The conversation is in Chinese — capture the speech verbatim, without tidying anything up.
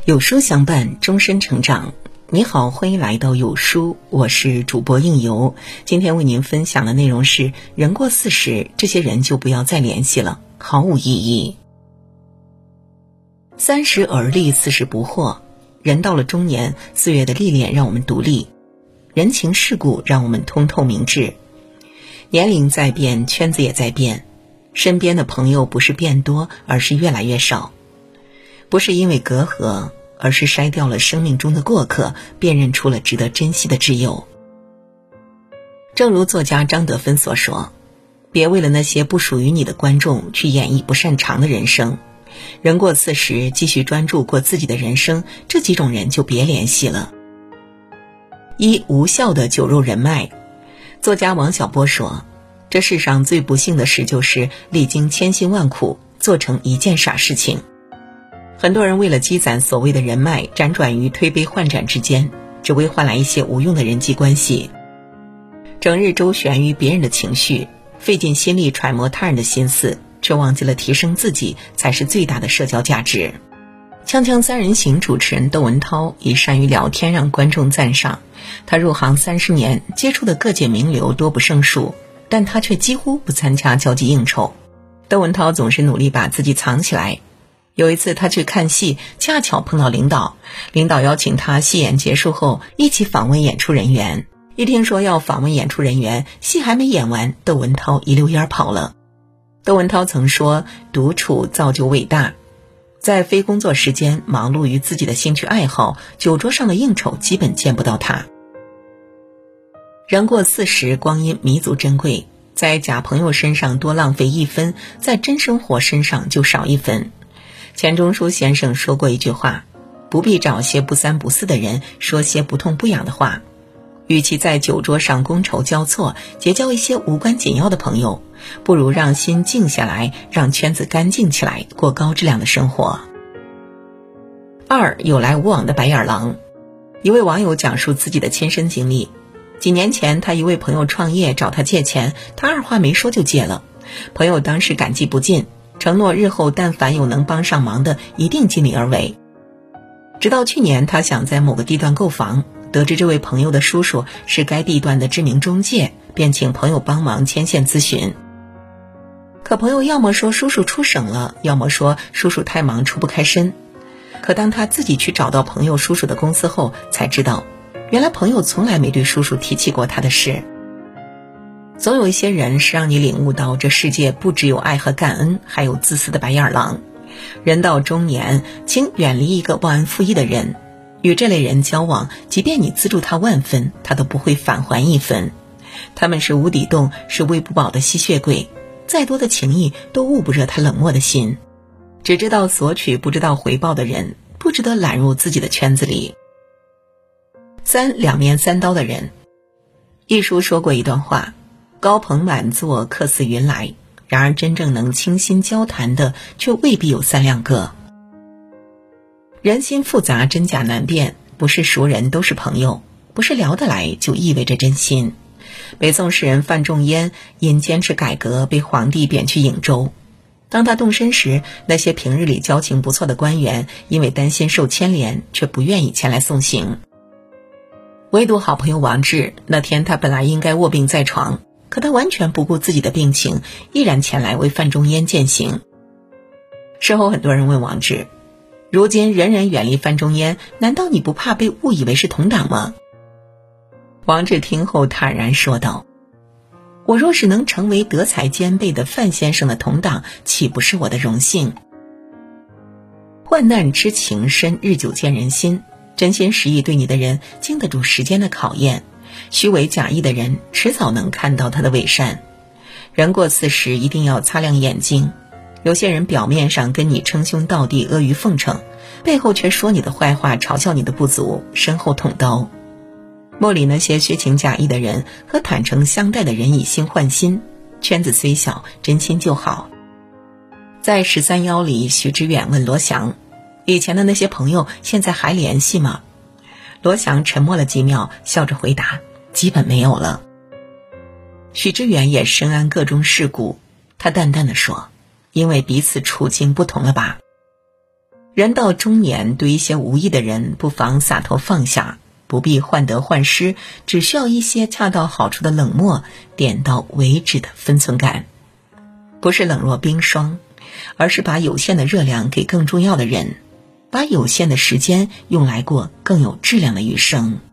有书相伴，终身成长。你好，欢迎来到有书，我是主播应由。今天为您分享的内容是：人过四十，这些人就不要再联系了，毫无意义。三十而立，四十不惑。人到了中年，岁月的历练让我们独立，人情世故让我们通透明智。年龄在变，圈子也在变，身边的朋友不是变多，而是越来越少。不是因为隔阂，而是筛掉了生命中的过客，辨认出了值得珍惜的挚友。正如作家张德芬所说，别为了那些不属于你的观众去演绎不擅长的人生。人过四十，继续专注过自己的人生，这几种人就别联系了。一、无效的酒肉人脉。作家王小波说，这世上最不幸的事就是历经千辛万苦，做成一件傻事情。很多人为了积攒所谓的人脉，辗转于推杯换盏之间，只为换来一些无用的人际关系。整日周旋于别人的情绪，费尽心力揣摩他人的心思，却忘记了提升自己才是最大的社交价值。锵锵三人行主持人窦文涛以善于聊天让观众赞赏。他入行三十年，接触的各界名流多不胜数，但他却几乎不参加交际应酬。窦文涛总是努力把自己藏起来。有一次他去看戏，恰巧碰到领导，领导邀请他戏演结束后一起访问演出人员。一听说要访问演出人员，戏还没演完，窦文涛一溜烟跑了。窦文涛曾说，独处造就伟大。在非工作时间忙碌于自己的兴趣爱好，酒桌上的应酬基本见不到他。人过四十，光阴弥足珍贵，在假朋友身上多浪费一分，在真生活身上就少一分。钱钟书先生说过一句话，不必找些不三不四的人说些不痛不痒的话。与其在酒桌上觥筹交错，结交一些无关紧要的朋友，不如让心静下来，让圈子干净起来，过高质量的生活。二、有来无往的白眼狼。一位网友讲述自己的亲身经历，几年前他一位朋友创业找他借钱，他二话没说就借了。朋友当时感激不尽，承诺日后但凡有能帮上忙的，一定尽力而为。直到去年，他想在某个地段购房，得知这位朋友的叔叔是该地段的知名中介，便请朋友帮忙牵线咨询。可朋友要么说叔叔出省了，要么说叔叔太忙出不开身。可当他自己去找到朋友叔叔的公司后，才知道原来朋友从来没对叔叔提起过他的事。总有一些人是让你领悟到，这世界不只有爱和感恩，还有自私的白眼狼。人到中年，请远离一个忘恩负义的人。与这类人交往，即便你资助他万分，他都不会返还一分。他们是无底洞，是喂不饱的吸血鬼，再多的情谊都捂不热他冷漠的心。只知道索取不知道回报的人，不值得揽入自己的圈子里。三、两面三刀的人。一书说过一段话，高朋满座，客似云来，然而真正能倾心交谈的却未必有三两个。人心复杂，真假难辨，不是熟人都是朋友，不是聊得来就意味着真心。北宋诗人范仲淹因坚持改革被皇帝贬去颍州，当他动身时，那些平日里交情不错的官员因为担心受牵连，却不愿意前来送行。唯独好朋友王志，那天他本来应该卧病在床，可他完全不顾自己的病情，依然前来为范仲淹饯行。事后很多人问王志，如今人人远离范仲淹，难道你不怕被误以为是同党吗？王志听后坦然说道，我若是能成为德才兼备的范先生的同党，岂不是我的荣幸？患难知情深，日久见人心。真心实意对你的人，经得住时间的考验。虚伪假意的人，迟早能看到他的伪善。人过四十，一定要擦亮眼睛。有些人表面上跟你称兄道弟，阿谀奉承，背后却说你的坏话，嘲笑你的不足，身后捅刀。莫理那些虚情假意的人，和坦诚相待的人以心换心。圈子虽小，真心就好。在十三邀里，许知远问罗翔，以前的那些朋友现在还联系吗？罗翔沉默了几秒，笑着回答，基本没有了。许知远也深谙各中世故，他淡淡地说，因为彼此处境不同了吧。 人到中年，对一些无意的人，不妨洒脱放下，不必患得患失，只需要一些恰到好处的冷漠，点到为止的分寸感。不是冷若冰霜，而是把有限的热量给更重要的人，把有限的时间用来过更有质量的余生。